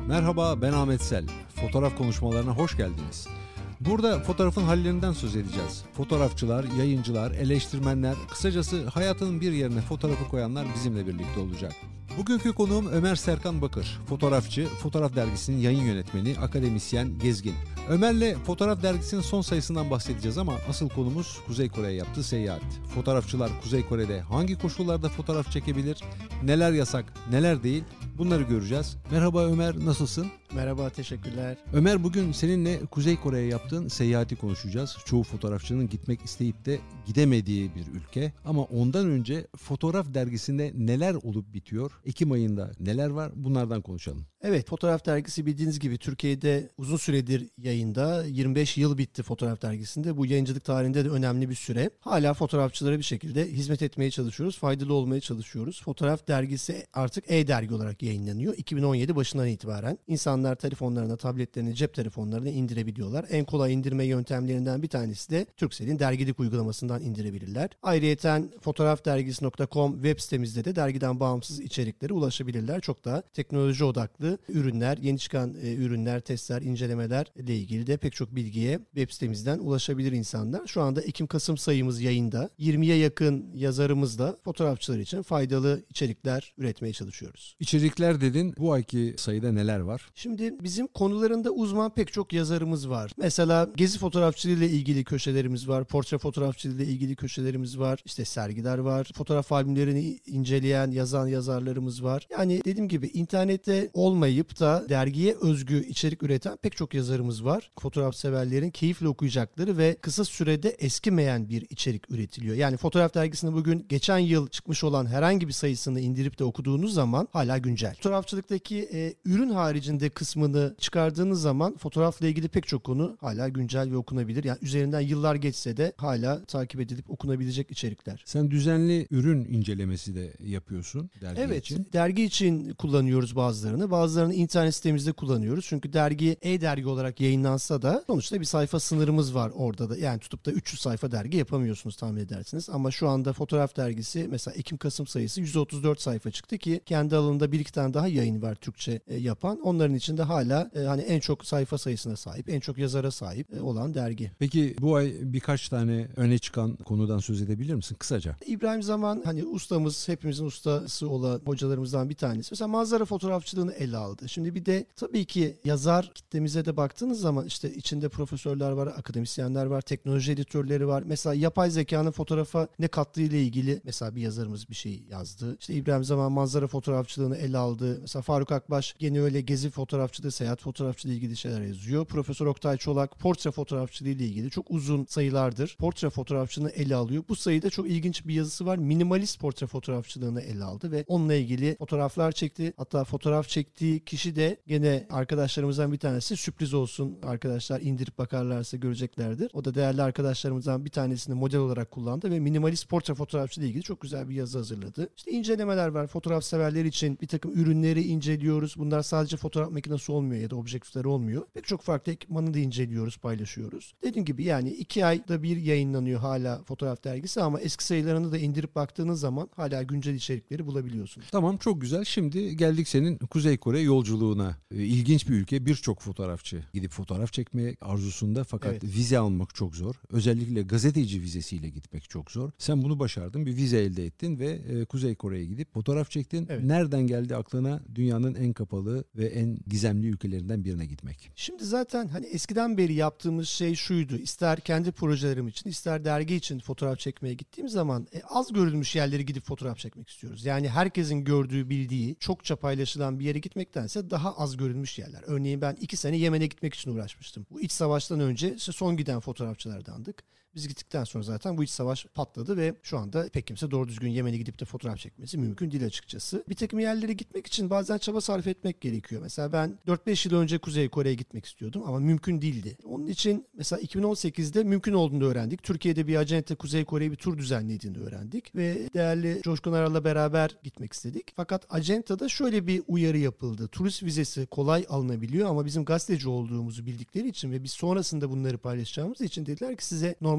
Merhaba, ben Ahmet Sel. Fotoğraf konuşmalarına hoş geldiniz. Burada fotoğrafın hallerinden söz edeceğiz. Fotoğrafçılar, yayıncılar, eleştirmenler, kısacası hayatın bir yerine fotoğrafı koyanlar bizimle birlikte olacak. Bugünkü konuğum Ömer Serkan Bakır. Fotoğrafçı, Fotoğraf Dergisi'nin yayın yönetmeni, akademisyen, gezgin. Ömer'le Fotoğraf Dergisi'nin son sayısından bahsedeceğiz ama asıl konumuz Kuzey Kore'ye yaptığı seyahat. Fotoğrafçılar Kuzey Kore'de hangi koşullarda fotoğraf çekebilir, neler yasak, neler değil, bunları göreceğiz. Merhaba Ömer, nasılsın? Merhaba, teşekkürler. Ömer, bugün seninle Kuzey Kore'ye yaptığın seyahati konuşacağız. Çoğu fotoğrafçının gitmek isteyip de gidemediği bir ülke. Ama ondan önce Fotoğraf Dergisi'nde neler olup bitiyor? Ekim ayında neler var? Bunlardan konuşalım. Evet, Fotoğraf Dergisi bildiğiniz gibi Türkiye'de uzun süredir yayında. 25 yıl bitti Fotoğraf Dergisi'nde. Bu yayıncılık tarihinde de önemli bir süre. Hala fotoğrafçılara bir şekilde hizmet etmeye çalışıyoruz. Faydalı olmaya çalışıyoruz. Fotoğraf Dergisi artık e-dergi olarak yayınlanıyor. 2017 başından itibaren insanlar telefonlarına, tabletlerine, cep telefonlarına indirebiliyorlar. En kolay indirme yöntemlerinden bir tanesi de Turkcell'in dergilik uygulamasından indirebilirler. Ayrıyeten fotoğrafdergisi.com web sitemizde de dergiden bağımsız içeriklere ulaşabilirler. Çok daha teknoloji odaklı ürünler, yeni çıkan ürünler, testler, incelemeler ile ilgili de pek çok bilgiye web sitemizden ulaşabilir insanlar. Şu anda Ekim-Kasım sayımız yayında. 20'ye yakın yazarımızla fotoğrafçılar için faydalı içerikler üretmeye çalışıyoruz. İçerikler dedin, bu ayki sayıda neler var? Şimdi bizim konularında uzman pek çok yazarımız var. Mesela gezi fotoğrafçılığı ile ilgili köşelerimiz var. Portre fotoğrafçılığı ile ilgili köşelerimiz var. İşte sergiler var. Fotoğraf albümlerini inceleyen, yazan yazarlarımız var. Yani dediğim gibi internette olmayıp da dergiye özgü içerik üreten pek çok yazarımız var. Fotoğraf severlerin keyifle okuyacakları ve kısa sürede eskimeyen bir içerik üretiliyor. Yani Fotoğraf Dergisi'nde bugün geçen yıl çıkmış olan herhangi bir sayısını indirip de okuduğunuz zaman hala güncel. Fotoğrafçılıktaki ürün haricinde kısmını çıkardığınız zaman fotoğrafla ilgili pek çok konu hala güncel ve okunabilir. Yani üzerinden yıllar geçse de hala takip edilip okunabilecek içerikler. Sen düzenli ürün incelemesi de yapıyorsun dergi için. Evet, dergi için kullanıyoruz bazılarını. Bazılarını internet sitemizde kullanıyoruz. Çünkü dergi e-dergi olarak yayınlansa da sonuçta bir sayfa sınırımız var orada da. Yani tutup da 300 sayfa dergi yapamıyorsunuz tahmin edersiniz. Ama şu anda Fotoğraf Dergisi mesela Ekim-Kasım sayısı 134 sayfa çıktı ki kendi alanında bir iki tane daha yayın var Türkçe yapan. Onların içinde hala hani en çok sayfa sayısına sahip, en çok yazara sahip olan dergi. Peki bu ay birkaç tane öne çıkan konudan söz edebilir misin kısaca? İbrahim Zaman hani ustamız, hepimizin ustası olan hocalarımızdan bir tanesi. Mesela manzara fotoğrafçılığını ele aldı. Şimdi bir de tabii ki yazar kitlemize de baktığınız zaman işte içinde profesörler var, akademisyenler var, teknoloji editörleri var. Mesela yapay zekanın fotoğrafa ne kattığı ile ilgili mesela bir yazarımız bir şey yazdı. İşte İbrahim Zaman manzara fotoğrafçılığını ele aldı. Mesela Faruk Akbaş gene öyle gezi fotoğrafçılığı, seyahat fotoğrafçılığı ile ilgili şeyler yazıyor. Profesör Oktay Çolak portre fotoğrafçılığı ile ilgili çok uzun sayılardır portre fotoğrafçılığını ele alıyor. Bu sayıda çok ilginç bir yazısı var. Minimalist portre fotoğrafçılığını ele aldı ve onunla ilgili fotoğraflar çekti. Hatta fotoğraf çektiği kişi de gene arkadaşlarımızdan bir tanesi. Sürpriz olsun, arkadaşlar indirip bakarlarsa göreceklerdir. O da değerli arkadaşlarımızdan bir tanesini model olarak kullandı ve minimalist portre fotoğrafçılığı ile ilgili çok güzel bir yazı hazırladı. İşte incelemeler var. Fotoğraf severler için bir takım ürünleri inceliyoruz. Bunlar sadece fotoğraf makinesi olmuyor ya da objektifleri olmuyor. Pek çok farklı ekipmanı da inceliyoruz, paylaşıyoruz. Dediğim gibi yani 2 ayda bir yayınlanıyor hala Fotoğraf Dergisi ama eski sayılarını da indirip baktığınız zaman hala güncel içerikleri bulabiliyorsunuz. Tamam, çok güzel. Şimdi geldik senin Kuzey Kore yolculuğuna. İlginç bir ülke. Birçok fotoğrafçı gidip fotoğraf çekmeye arzusunda fakat Evet. vize almak çok zor. Özellikle gazeteci vizesiyle gitmek çok zor. Sen bunu başardın. Bir vize elde ettin ve Kuzey Kore'ye gidip fotoğraf çektin. Evet. Nereden geldi aklına dünyanın en kapalı ve en gizemli ülkelerinden birine gitmek? Şimdi zaten hani eskiden beri yaptığımız şey şuydu. İster kendi projelerim için, ister dergi için fotoğraf çekmeye gittiğim zaman az görülmüş yerlere gidip fotoğraf çekmek istiyoruz. Yani herkesin gördüğü, bildiği, çokça paylaşılan bir yere gitmektense daha az görülmüş yerler. Örneğin ben 2 sene Yemen'e gitmek için uğraşmıştım. Bu iç savaştan önce işte son giden fotoğrafçılardandık. Biz gittikten sonra zaten bu iç savaş patladı ve şu anda pek kimse doğru düzgün Yemen'e gidip de fotoğraf çekmesi mümkün değil açıkçası. Bir takım yerlere gitmek için bazen çaba sarf etmek gerekiyor. Mesela ben 4-5 yıl önce Kuzey Kore'ye gitmek istiyordum ama mümkün değildi. Onun için mesela 2018'de mümkün olduğunu öğrendik. Türkiye'de bir acente Kuzey Kore'ye bir tur düzenlediğini öğrendik ve değerli Coşkun Aral'la beraber gitmek istedik. Fakat acentada şöyle bir uyarı yapıldı. Turist vizesi kolay alınabiliyor ama bizim gazeteci olduğumuzu bildikleri için ve biz sonrasında bunları paylaşacağımız için dediler ki size normal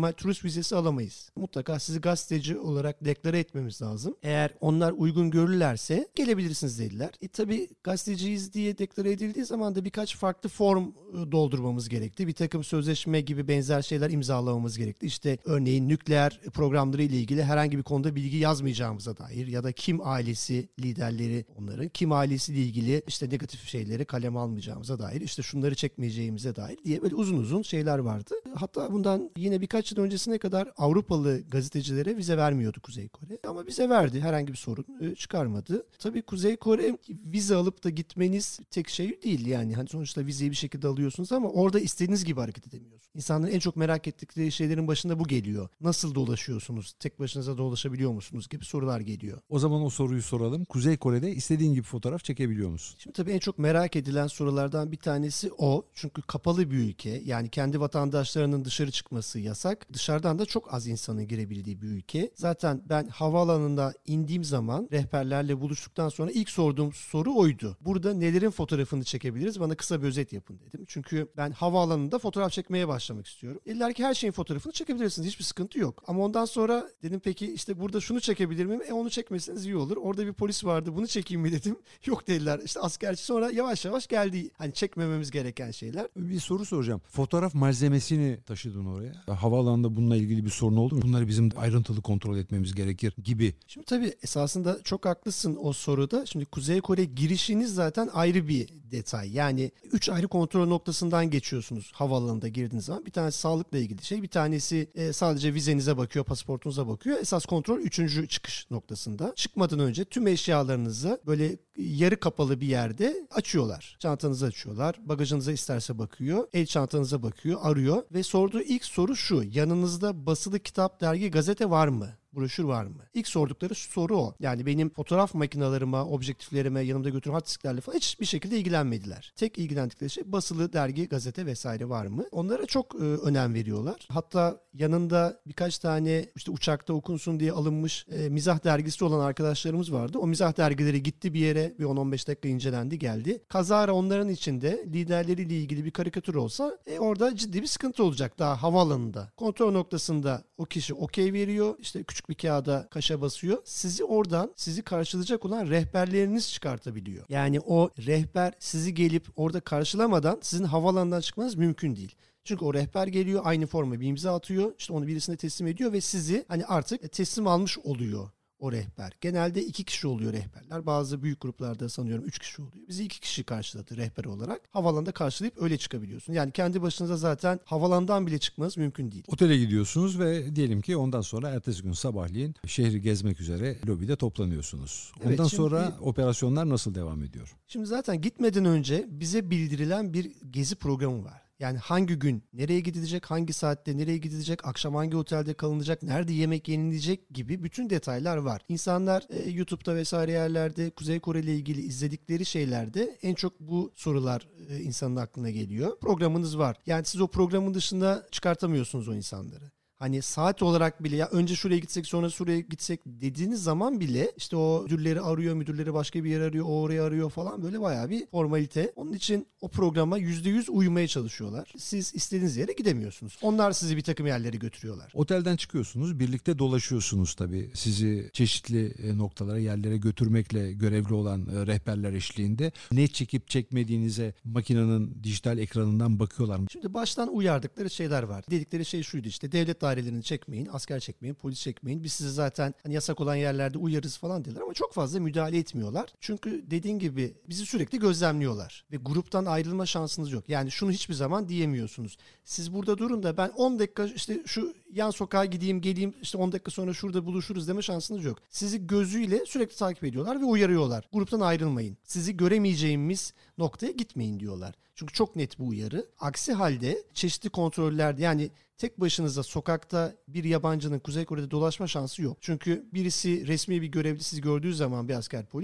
normal turist vizesi alamayız. Mutlaka sizi gazeteci olarak deklare etmemiz lazım. Eğer onlar uygun görürlerse gelebilirsiniz dediler. Tabii gazeteciyiz diye deklare edildiği zaman da birkaç farklı form doldurmamız gerekti. Bir takım sözleşme gibi benzer şeyler imzalamamız gerekti. İşte örneğin nükleer programları ile ilgili herhangi bir konuda bilgi yazmayacağımıza dair ya da kim ailesi liderleri onların, kim ailesiyle ilgili işte negatif şeyleri kaleme almayacağımıza dair, işte şunları çekmeyeceğimize dair diye böyle uzun uzun şeyler vardı. Hatta bundan yine birkaç yıl öncesine kadar Avrupalı gazetecilere vize vermiyordu Kuzey Kore. Ama vize verdi. Herhangi bir sorun çıkarmadı. Tabii Kuzey Kore vize alıp da gitmeniz tek şey değil. Yani hani sonuçta vizeyi bir şekilde alıyorsunuz ama orada istediğiniz gibi hareket edemiyorsunuz. İnsanların en çok merak ettikleri şeylerin başında bu geliyor. Nasıl dolaşıyorsunuz? Tek başınıza dolaşabiliyor musunuz? Gibi sorular geliyor. O zaman o soruyu soralım. Kuzey Kore'de istediğin gibi fotoğraf çekebiliyor musun? Şimdi tabii en çok merak edilen sorulardan bir tanesi o. Çünkü kapalı bir ülke. Yani kendi vatandaşlarının dışarı çıkması yasak. Dışarıdan da çok az insanın girebildiği bir ülke. Zaten ben havaalanında indiğim zaman rehberlerle buluştuktan sonra ilk sorduğum soru oydu. Burada nelerin fotoğrafını çekebiliriz? Bana kısa bir özet yapın dedim. Çünkü ben havaalanında fotoğraf çekmeye başlamak istiyorum. Dediler ki her şeyin fotoğrafını çekebilirsiniz. Hiçbir sıkıntı yok. Ama ondan sonra dedim peki işte burada şunu çekebilir miyim? Onu çekmeseniz iyi olur. Orada bir polis vardı. Bunu çekeyim mi dedim. Yok dediler. İşte askerci sonra yavaş yavaş geldi. Hani çekmememiz gereken şeyler. Bir soru soracağım. Fotoğraf malzemesini taşıdın oraya. Havaalanında bununla ilgili bir sorun oldu mu? Bunları bizim ayrıntılı kontrol etmemiz gerekir gibi. Şimdi tabii esasında çok haklısın o soruda. Şimdi Kuzey Kore girişiniz zaten ayrı bir detay. Yani 3 ayrı kontrol noktasından geçiyorsunuz havaalanında girdiğiniz zaman. Bir tanesi sağlıkla ilgili şey. Bir tanesi sadece vizenize bakıyor, pasaportunuza bakıyor. Esas kontrol 3. çıkış noktasında. Çıkmadan önce tüm eşyalarınızı böyle yarı kapalı bir yerde açıyorlar. Çantanızı açıyorlar. Bagajınıza isterse bakıyor. El çantanıza bakıyor, arıyor ve sorduğu ilk soru şu: yanınızda basılı kitap, dergi, gazete var mı? Broşür var mı? İlk sordukları soru o. Yani benim fotoğraf makinalarıma, objektiflerime, yanımda götürdüğüm hard disklerle falan hiçbir şekilde ilgilenmediler. Tek ilgilendikleri şey basılı dergi, gazete vesaire var mı? Onlara çok önem veriyorlar. Hatta yanında birkaç tane işte uçakta okunsun diye alınmış mizah dergisi olan arkadaşlarımız vardı. O mizah dergileri gitti bir yere, bir 10-15 dakika incelendi geldi. Kazara onların içinde liderleriyle ilgili bir karikatür olsa orada ciddi bir sıkıntı olacak daha havaalanında. Kontrol noktasında o kişi okey veriyor. İşte küçük bir kağıda kaşa basıyor. Sizi oradan, sizi karşılayacak olan rehberleriniz çıkartabiliyor. Yani o rehber sizi gelip orada karşılamadan sizin havaalanından çıkmanız mümkün değil. Çünkü o rehber geliyor, aynı forma bir imza atıyor. İşte onu birisine teslim ediyor ve sizi hani artık teslim almış oluyor o rehber. Genelde 2 kişi oluyor rehberler. Bazı büyük gruplarda sanıyorum 3 kişi oluyor. Bizi 2 kişi karşıladı rehber olarak. Havalanda karşılayıp öyle çıkabiliyorsun. Yani kendi başınıza zaten havalandan bile çıkmanız mümkün değil. Otele gidiyorsunuz ve diyelim ki ondan sonra ertesi gün sabahleyin şehri gezmek üzere lobide toplanıyorsunuz. Evet, Ondan sonra operasyonlar nasıl devam ediyor? Şimdi zaten gitmeden önce bize bildirilen bir gezi programı var. Yani hangi gün nereye gidilecek, hangi saatte nereye gidilecek, akşam hangi otelde kalınacak, nerede yemek yenilecek gibi bütün detaylar var. İnsanlar YouTube'da vesaire yerlerde Kuzey Kore ile ilgili izledikleri şeylerde en çok bu sorular insanın aklına geliyor. Programınız var. Yani siz o programın dışında çıkartamıyorsunuz o insanları. Hani saat olarak bile ya önce şuraya gitsek sonra şuraya gitsek dediğiniz zaman bile işte o müdürleri arıyor, müdürleri başka bir yer arıyor, o oraya arıyor falan, böyle bayağı bir formalite. Onun için o programa %100 uymaya çalışıyorlar. Siz istediğiniz yere gidemiyorsunuz. Onlar sizi bir takım yerlere götürüyorlar. Otelden çıkıyorsunuz, birlikte dolaşıyorsunuz tabii. Sizi çeşitli noktalara, yerlere götürmekle görevli olan rehberler eşliğinde ne çekip çekmediğinize makinenin dijital ekranından bakıyorlar. Şimdi baştan uyardıkları şeyler var. Dedikleri şey şuydu: işte devlet dairelerini çekmeyin, asker çekmeyin, polis çekmeyin. Biz sizi zaten hani yasak olan yerlerde uyarız falan dediler ama çok fazla müdahale etmiyorlar. Çünkü dediğin gibi bizi sürekli gözlemliyorlar ve gruptan ayrılma şansınız yok. Yani şunu hiçbir zaman diyemiyorsunuz: siz burada durun da ben 10 dakika işte şu yan sokağa gideyim geleyim, işte 10 dakika sonra şurada buluşuruz deme şansınız yok. Sizi gözüyle sürekli takip ediyorlar ve uyarıyorlar. Gruptan ayrılmayın. Sizi göremeyeceğimiz noktaya gitmeyin diyorlar. Çünkü çok net bu uyarı. Aksi halde çeşitli kontrollerde, yani tek başınıza sokakta bir yabancının Kuzey Kore'de dolaşma şansı yok. Çünkü birisi resmi bir görevli sizi gördüğü zaman, bir asker polis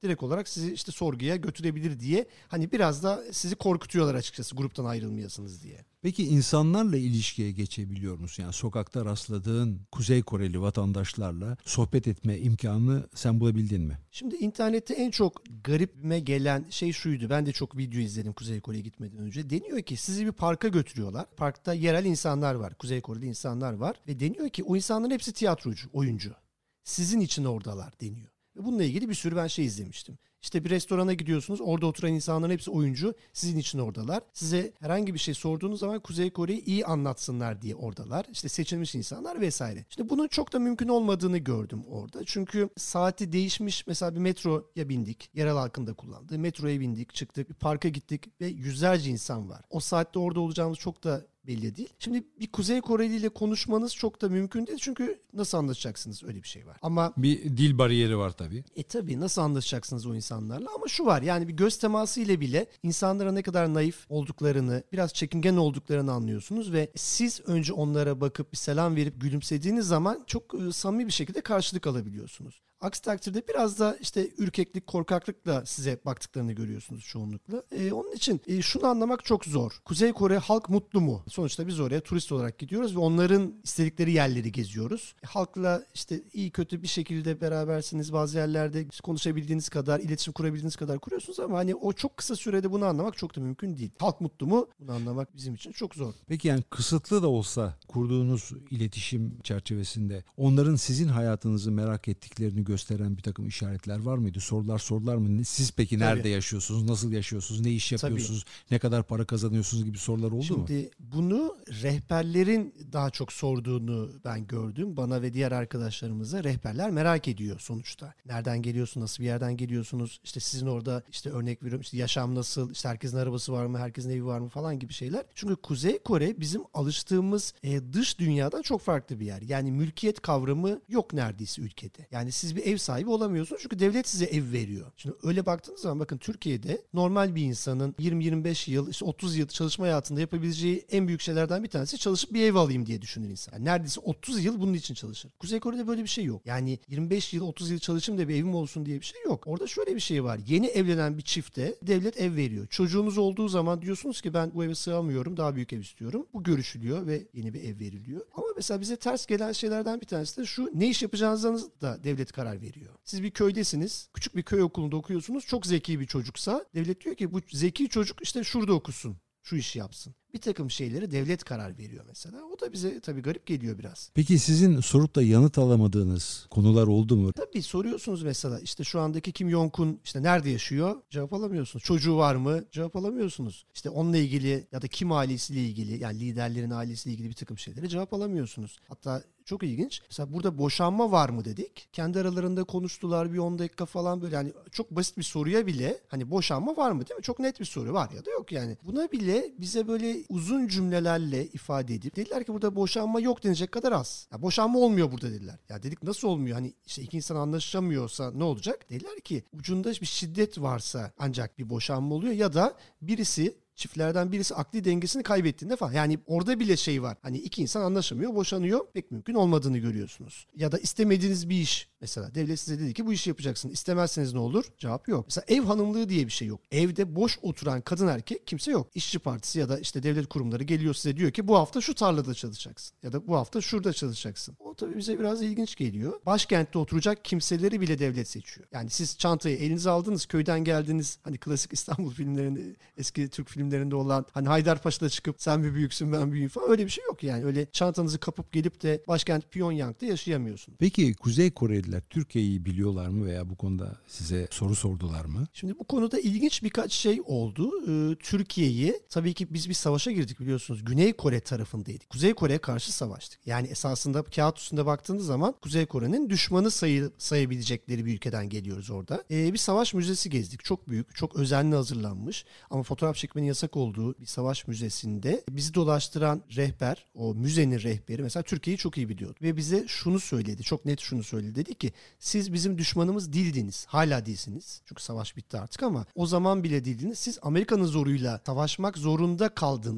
direkt olarak sizi işte sorguya götürebilir diye hani biraz da sizi korkutuyorlar açıkçası gruptan ayrılmayasınız diye. Peki insanlarla ilişkiye geçebiliyor musun? Yani sokakta rastladığın Kuzey Koreli vatandaşlarla sohbet etme imkanını sen bulabildin mi? Şimdi internette en çok garipime gelen şey şuydu. Ben de çok video izledim Kuzey Kore'ye gitmeden önce. Deniyor ki sizi bir parka götürüyorlar. Parkta yerel insanlar var. Kuzey Koreli insanlar var. Ve deniyor ki o insanların hepsi tiyatrocu, oyuncu. Sizin için oradalar deniyor. Ve bununla ilgili bir sürü ben şey izlemiştim. İşte bir restorana gidiyorsunuz. Orada oturan insanların hepsi oyuncu. Sizin için oradalar. Size herhangi bir şey sorduğunuz zaman Kuzey Kore'yi iyi anlatsınlar diye oradalar. İşte seçilmiş insanlar vesaire. İşte bunun çok da mümkün olmadığını gördüm orada. Çünkü saati değişmiş. Mesela bir metroya bindik. Yerel halkın da kullandığı. Metroya bindik, çıktık. Bir parka gittik ve yüzlerce insan var. O saatte orada olacağımız çok da belli değil. Şimdi bir Kuzey Koreli ile konuşmanız çok da mümkün değil. Çünkü nasıl anlaşacaksınız, öyle bir şey var. Ama Bir dil bariyeri var tabii. tabii nasıl anlaşacaksınız o insanlarla, ama şu var, yani bir göz teması ile bile insanlara ne kadar naif olduklarını, biraz çekingen olduklarını anlıyorsunuz ve siz önce onlara bakıp bir selam verip gülümsediğiniz zaman çok samimi bir şekilde karşılık alabiliyorsunuz. Aksi takdirde biraz da işte ürkeklik, korkaklıkla size baktıklarını görüyorsunuz çoğunlukla. Onun için şunu anlamak çok zor. Kuzey Kore halk mutlu mu? Sonuçta biz oraya turist olarak gidiyoruz ve onların istedikleri yerleri geziyoruz. Halkla işte iyi kötü bir şekilde berabersiniz. Bazı yerlerde konuşabildiğiniz kadar, iletişim kurabildiğiniz kadar kuruyorsunuz ama hani o çok kısa sürede bunu anlamak çok da mümkün değil. Halk mutlu mu? Bunu anlamak bizim için çok zor. Peki yani kısıtlı da olsa kurduğunuz iletişim çerçevesinde onların sizin hayatınızı merak ettiklerini gösteren bir takım işaretler var mıydı? Sorular sordular mı? Siz peki nerede Tabii. yaşıyorsunuz? Nasıl yaşıyorsunuz? Ne iş yapıyorsunuz? Ne kadar para kazanıyorsunuz gibi sorular oldu mu? Şimdi bunu rehberlerin daha çok sorduğunu ben gördüm. Bana ve diğer arkadaşlarımıza rehberler merak ediyor sonuçta. Nereden geliyorsunuz? Nasıl bir yerden geliyorsunuz? İşte sizin orada işte örnek veriyorum, işte yaşam nasıl? İşte herkesin arabası var mı? Herkesin evi var mı? Falan gibi şeyler. Çünkü Kuzey Kore bizim alıştığımız dış dünyadan çok farklı bir yer. Yani mülkiyet kavramı yok neredeyse ülkede. Yani siz bir ev sahibi olamıyorsunuz çünkü devlet size ev veriyor. Şimdi öyle baktığınız zaman bakın, Türkiye'de normal bir insanın 20-25 yıl, işte 30 yıl çalışma hayatında yapabileceği en büyük şeylerden bir tanesi çalışıp bir ev alayım diye düşünür insan. Yani neredeyse 30 yıl bunun için çalışır. Kuzey Kore'de böyle bir şey yok. Yani 25 yıl, 30 yıl çalışayım da bir evim olsun diye bir şey yok. Orada şöyle bir şey var. Yeni evlenen bir çifte devlet ev veriyor. Çocuğunuz olduğu zaman diyorsunuz ki ben bu eve sığamıyorum, daha büyük ev istiyorum. Bu görüşülüyor ve yeni bir ev veriliyor. Ama mesela bize ters gelen şeylerden bir tanesi de şu: ne iş yapacağınızdan da devlet karar veriyor. Siz bir köydesiniz, küçük bir köy okulunda okuyorsunuz. Çok zeki bir çocuksa devlet diyor ki bu zeki çocuk işte şurada okusun, şu işi yapsın. Bir takım şeyleri devlet karar veriyor mesela. O da bize tabii garip geliyor biraz. Peki sizin sorup da yanıt alamadığınız konular oldu mu? Tabii soruyorsunuz mesela, işte şu andaki Kim Jong-un işte nerede yaşıyor? Cevap alamıyorsunuz. Çocuğu var mı? Cevap alamıyorsunuz. İşte onunla ilgili ya da Kim ailesiyle ilgili, yani liderlerin ailesiyle ilgili bir takım şeylere cevap alamıyorsunuz. Hatta çok ilginç. Mesela burada boşanma var mı dedik. Kendi aralarında konuştular bir 10 dakika falan böyle. Yani çok basit bir soruya bile hani boşanma var mı değil mi? Çok net bir soru, var ya da yok yani. Buna bile bize böyle uzun cümlelerle ifade edip dediler ki burada boşanma yok denecek kadar az. Ya boşanma olmuyor burada dediler. Ya dedik nasıl olmuyor? Hani işte iki insan anlaşamıyorsa ne olacak? Dediler ki ucunda bir şiddet varsa ancak bir boşanma oluyor ya da çiftlerden birisi akli dengesini kaybettiğinde falan. Yani orada bile şey var. Hani iki insan anlaşamıyor, boşanıyor. Pek mümkün olmadığını görüyorsunuz. Ya da istemediğiniz bir iş. Mesela devlet size dedi ki bu işi yapacaksın. İstemezseniz ne olur? Cevap yok. Mesela ev hanımlığı diye bir şey yok. Evde boş oturan kadın erkek kimse yok. İşçi partisi ya da işte devlet kurumları geliyor size, diyor ki bu hafta şu tarlada çalışacaksın. Ya da bu hafta şurada çalışacaksın. O tabii bize biraz ilginç geliyor. Başkentte oturacak kimseleri bile devlet seçiyor. Yani siz çantayı elinize aldınız, köyden geldiniz. Hani klasik İstanbul filmlerinde, eski Türk filmlerinde olan hani Haydarpaşa'da çıkıp sen bir büyüksün ben büyüğüm falan, öyle bir şey yok yani. Öyle çantanızı kapıp gelip de başkent Pyongyang'da yaşayamıyorsunuz. Peki Kuzey Koreliler Türkiye'yi biliyorlar mı veya bu konuda size soru sordular mı? Şimdi bu konuda ilginç birkaç şey oldu. Türkiye'yi, tabii ki biz bir savaşa girdik biliyorsunuz. Güney Kore tarafındaydık. Kuzey Kore'ye karşı savaştık. Yani esasında kağıt üstünde baktığınız zaman Kuzey Kore'nin düşmanı sayabilecekleri bir ülkeden geliyoruz orada. Bir savaş müzesi gezdik. Çok büyük, çok özenli hazırlanmış ama fotoğraf çekmenin yasak olduğu bir savaş müzesinde bizi dolaştıran rehber, o müzenin rehberi mesela Türkiye'yi çok iyi biliyordu. Ve bize şunu söyledi, çok net şunu söyledi. Dedi ki siz bizim düşmanımız değildiniz. Hala değilsiniz. Çünkü savaş bitti artık ama o zaman bile değildiniz. Siz Amerika'nın zoruyla savaşmak zorunda kaldınız.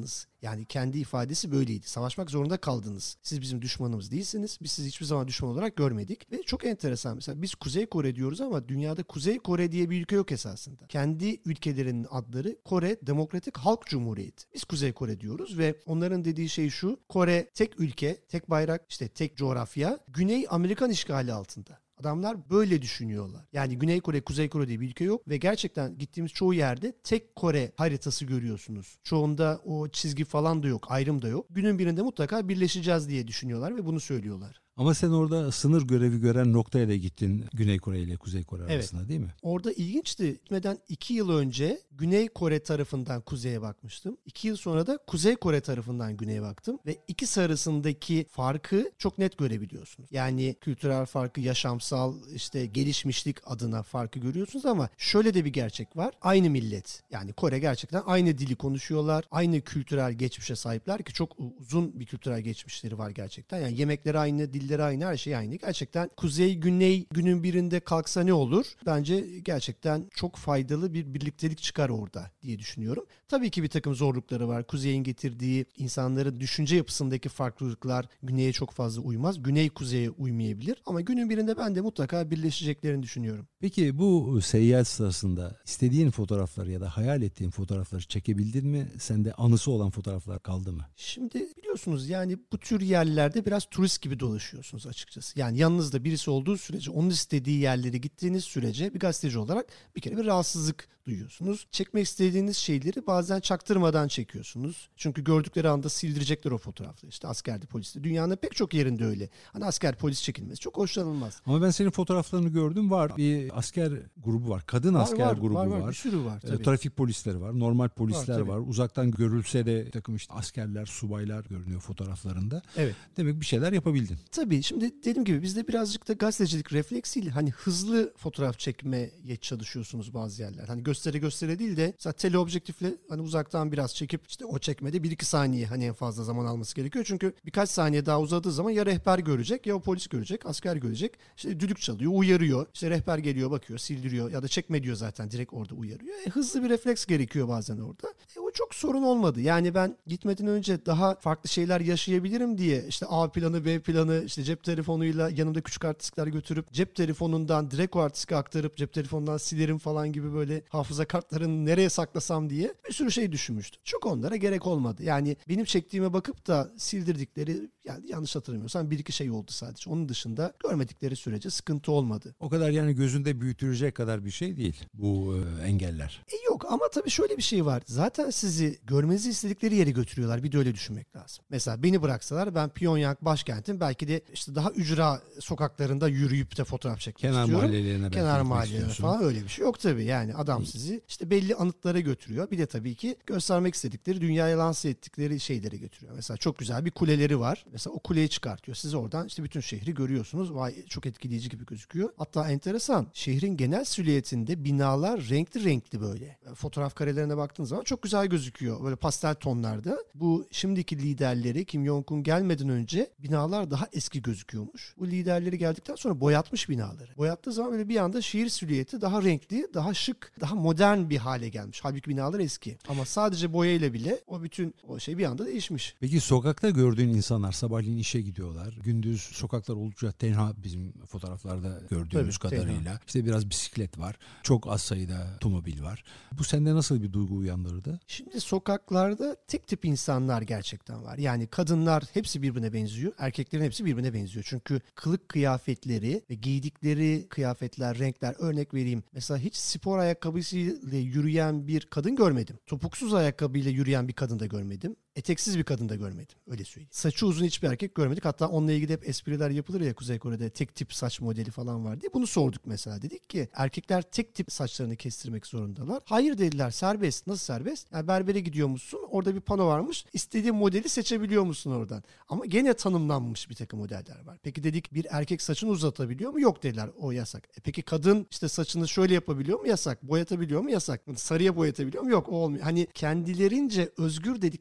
Yani kendi ifadesi böyleydi. Savaşmak zorunda kaldınız. Siz bizim düşmanımız değilsiniz. Biz sizi hiçbir zaman düşman olarak görmedik. Ve çok enteresan, mesela biz Kuzey Kore diyoruz ama dünyada Kuzey Kore diye bir ülke yok esasında. Kendi ülkelerinin adları Kore Demokratik Halk Cumhuriyeti. Biz Kuzey Kore diyoruz ve onların dediği şey şu: Kore tek ülke, tek bayrak, işte tek coğrafya, Güney Amerikan işgali altında. Adamlar böyle düşünüyorlar. Yani Güney Kore, Kuzey Kore diye bir ülke yok ve gerçekten gittiğimiz çoğu yerde tek Kore haritası görüyorsunuz. Çoğunda o çizgi falan da yok, ayrım da yok. Günün birinde mutlaka birleşeceğiz diye düşünüyorlar ve bunu söylüyorlar. Ama sen orada sınır görevi gören noktaya da gittin, Güney Kore ile Kuzey Kore arasında, değil mi? Orada ilginçti. Gitmeden 2 yıl önce Güney Kore tarafından kuzeye bakmıştım. 2 yıl sonra da Kuzey Kore tarafından güneye baktım. Ve ikisi arasındaki farkı çok net görebiliyorsunuz. Yani kültürel farkı, yaşamsal işte gelişmişlik adına farkı görüyorsunuz ama şöyle de bir gerçek var. Aynı millet. Yani Kore gerçekten aynı dili konuşuyorlar. Aynı kültürel geçmişe sahipler ki çok uzun bir kültürel geçmişleri var gerçekten. Yani yemekleri aynı, dilleri aynı, her şey aynı. Gerçekten Kuzey Güney günün birinde kalksa ne olur? Bence gerçekten çok faydalı bir birliktelik çıkar orada diye düşünüyorum. Tabii ki bir takım zorlukları var. Kuzey'in getirdiği insanların düşünce yapısındaki farklılıklar Güney'e çok fazla uymaz. Güney Kuzey'e uymayabilir. Ama günün birinde ben de mutlaka birleşeceklerini düşünüyorum. Peki bu seyahat sırasında istediğin fotoğrafları ya da hayal ettiğin fotoğrafları çekebildin mi? Sende anısı olan fotoğraflar kaldı mı? Şimdi biliyorsunuz yani bu tür yerlerde biraz turist gibi dolaşıyorsunuz açıkçası. Yani yanınızda birisi olduğu sürece, onun istediği yerlere gittiğiniz sürece bir gazeteci olarak bir kere bir rahatsızlık duyuyorsunuz. Çekmek istediğiniz şeyleri bazen çaktırmadan çekiyorsunuz. Çünkü gördükleri anda sildirecekler o fotoğrafları. İşte askerde, poliste. Dünyanın pek çok yerinde öyle. Hani asker, polis çekilmesi çok hoşlanılmaz. Ama ben senin fotoğraflarını gördüm. Var bir asker grubu var. Kadın asker grubu var. Bir sürü var tabii. Trafik polisleri var. Normal polisler Var, var. Uzaktan görülse de bir takım işte askerler, subaylar görünüyor fotoğraflarında. Evet. Demek bir şeyler yapabildin. Tabii şimdi dediğim gibi bizde birazcık da gazetecilik refleksiyle hani hızlı fotoğraf çekmeye çalışıyorsunuz bazı yerler. Hani göstere değil de mesela teleobjektifle hani uzaktan biraz çekip işte o çekmede 1-2 saniye hani en fazla zaman alması gerekiyor. Çünkü birkaç saniye daha uzadığı zaman ya rehber görecek ya o polis görecek, asker görecek. İşte düdük çalıyor, uyarıyor. İşte rehber geliyor, bakıyor, sildiriyor ya da çekme diyor zaten, direkt orada uyarıyor. Hızlı bir refleks gerekiyor bazen orada. O çok sorun olmadı. Yani ben gitmeden önce daha farklı şeyler yaşayabilirim diye işte A planı, B planı, işte cep telefonuyla yanımda küçük artistikler götürüp cep telefonundan direkt o artiske aktarıp cep telefonundan silerim falan gibi böyle hafıza kartlarını nereye saklasam diye bir sürü şey düşünmüştüm. Çok onlara gerek olmadı. Yani benim çektiğime bakıp da sildirdikleri, yani yanlış hatırlamıyorsam 1-2 şey oldu sadece. Onun dışında görmedikleri sürece sıkıntı olmadı. O kadar yani gözünde büyütülecek kadar bir şey değil bu engeller. Yok ama tabii şöyle bir şey var. Zaten sizi görmenizi istedikleri yere götürüyorlar. Bir de öyle düşünmek lazım. Mesela beni bıraksalar ben Pyongyang başkentin belki de işte daha ücra sokaklarında yürüyüp de fotoğraf çekmek istiyorum. Kenar mahallelerine falan öyle bir şey yok tabii. Yani adam sizi işte belli anıtlara götürüyor. Bir de tabii ki göstermek istedikleri, dünyaya lanse ettikleri şeylere götürüyor. Mesela çok güzel bir kuleleri var. Mesela o kuleyi çıkartıyor. Siz oradan işte bütün şehri görüyorsunuz. Vay, çok etkileyici gibi gözüküyor. Hatta enteresan, şehrin genel silüetinde binalar renkli renkli böyle. Fotoğraf karelerine baktığınız zaman çok güzel gözüküyor. Böyle pastel tonlarda. Bu şimdiki liderleri Kim Jong-un gelmeden önce binalar daha eski gözüküyormuş. Bu liderleri geldikten sonra boyatmış binaları. Boyattığı zaman böyle bir anda şehir silüeti daha renkli, daha şık, daha modern bir hale gelmiş. Halbuki binalar eski. Ama sadece boyayla bile o bütün o şey bir anda değişmiş. Peki sokakta gördüğün insanlar sabahleyin işe gidiyorlar. Gündüz sokaklar oldukça tenha bizim fotoğraflarda gördüğümüz kadarıyla. Tenha. İşte biraz bisiklet var. Çok az sayıda otomobil var. Bu sende nasıl bir duygu uyandırdı? Şimdi sokaklarda tek tip insanlar gerçekten var. Yani kadınlar hepsi birbirine benziyor. Erkeklerin hepsi birbirine benziyor. Çünkü kılık kıyafetleri ve giydikleri kıyafetler, renkler, örnek vereyim. Mesela hiç spor ayakkabısıyla yürüyen bir kadın görmedim. Topuksuz ayakkabıyla yürüyen bir kadın da görmedim. Eteksiz bir kadın da görmedim. Öyle söyleyeyim. Saçı uzun hiçbir erkek görmedik. Hatta onunla ilgili hep espriler yapılır ya, Kuzey Kore'de tek tip saç modeli falan var diye. Bunu sorduk mesela. Dedik ki erkekler tek tip saçlarını kestirmek zorundalar. Hayır dediler, serbest. Nasıl serbest? Yani berbere gidiyormuşsun. Orada bir pano varmış. İstediğin modeli seçebiliyor musun oradan? Ama gene tanımlanmış bir takım modeller var. Peki dedik bir erkek saçını uzatabiliyor mu? Yok dediler. O yasak. Peki kadın işte saçını şöyle yapabiliyor mu? Yasak. Boyatabiliyor mu? Yasak. Sarıya boyatabiliyor mu? Yok, o olmuyor. Hani kendilerince özgür dedikleri şeyi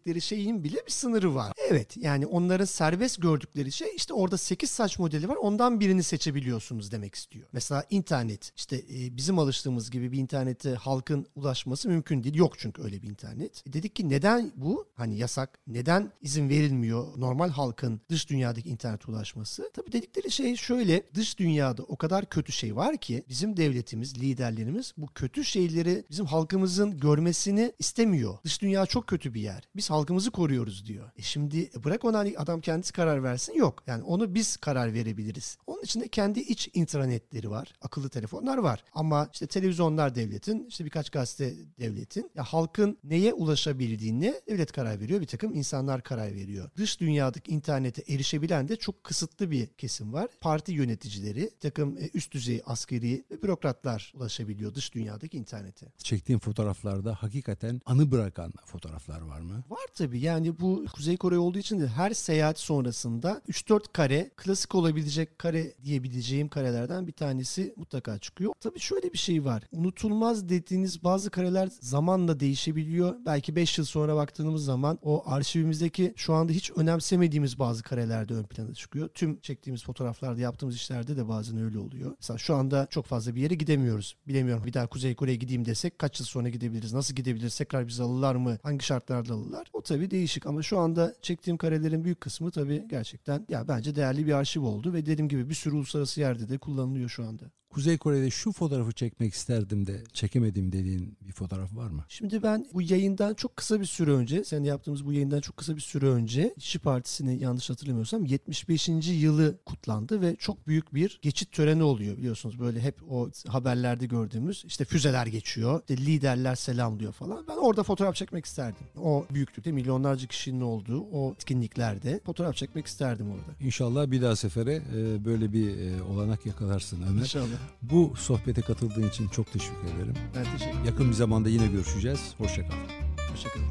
şeyin bile bir sınırı var. Evet, yani onların serbest gördükleri şey işte orada 8 saç modeli var, ondan birini seçebiliyorsunuz demek istiyor. Mesela internet, işte bizim alıştığımız gibi bir internete halkın ulaşması mümkün değil. Yok çünkü öyle bir internet. Dedik ki neden bu? Hani yasak. Neden izin verilmiyor normal halkın dış dünyadaki internete ulaşması? Tabii dedikleri şey şöyle. Dış dünyada o kadar kötü şey var ki bizim devletimiz, liderlerimiz bu kötü şeyleri bizim halkımızın görmesini istemiyor. Dış dünya çok kötü bir yer. Biz halkımızı koruyoruz diyor. Şimdi bırak ona hani adam kendisi karar versin. Yok. Yani onu biz karar verebiliriz. Onun için de kendi iç intranetleri var. Akıllı telefonlar var. Ama işte televizyonlar devletin, işte birkaç gazete devletin. Ya halkın neye ulaşabildiğine devlet karar veriyor. Bir takım insanlar karar veriyor. Dış dünyadaki internete erişebilen de çok kısıtlı bir kesim var. Parti yöneticileri, bir takım üst düzey askeri ve bürokratlar ulaşabiliyor dış dünyadaki internete. Çektiğin fotoğraflarda hakikaten anı bırakan fotoğraflar var mı? Var tabii. Yani bu Kuzey Kore olduğu için de her seyahat sonrasında 3-4 kare, klasik olabilecek kare diyebileceğim karelerden bir tanesi mutlaka çıkıyor. Tabii şöyle bir şey var. Unutulmaz dediğiniz bazı kareler zamanla değişebiliyor. Belki 5 yıl sonra baktığımız zaman o arşivimizdeki şu anda hiç önemsemediğimiz bazı karelerde ön plana çıkıyor. Tüm çektiğimiz fotoğraflarda, yaptığımız işlerde de bazen öyle oluyor. Mesela şu anda çok fazla bir yere gidemiyoruz. Bilemiyorum, bir daha Kuzey Kore'ye gideyim desek kaç yıl sonra gidebiliriz? Nasıl gidebiliriz? Tekrar bizi alırlar mı? Hangi şartlarda alırlar? O tabii değişik ama şu anda çektiğim karelerin büyük kısmı tabii gerçekten ya bence değerli bir arşiv oldu ve dediğim gibi bir sürü uluslararası yerde de kullanılıyor şu anda. Kuzey Kore'de şu fotoğrafı çekmek isterdim de çekemedim dediğin bir fotoğraf var mı? Şimdi ben bu yayından çok kısa bir süre önce, seninle yaptığımız bu yayından çok kısa bir süre önce İşçi Partisi'ni yanlış hatırlamıyorsam 75. yılı kutlandı ve çok büyük bir geçit töreni oluyor biliyorsunuz. Böyle hep o haberlerde gördüğümüz işte füzeler geçiyor, işte liderler selamlıyor falan. Ben orada fotoğraf çekmek isterdim. O büyüklükte milyonlarca kişinin olduğu o etkinliklerde fotoğraf çekmek isterdim orada. İnşallah bir daha sefere böyle bir olanak yakalarsın Ömer. İnşallah. Bu sohbete katıldığın için çok teşekkür ederim. Ben teşekkür ederim. Yakın bir zamanda yine görüşeceğiz. Hoşça kal. Hoşçakalın.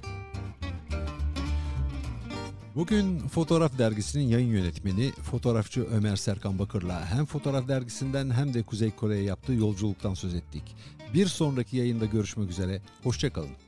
Bugün Fotoğraf Dergisi'nin yayın yönetmeni fotoğrafçı Ömer Serkan Bakır'la hem Fotoğraf Dergisi'nden hem de Kuzey Kore'ye yaptığı yolculuktan söz ettik. Bir sonraki yayında görüşmek üzere. Hoşça kalın.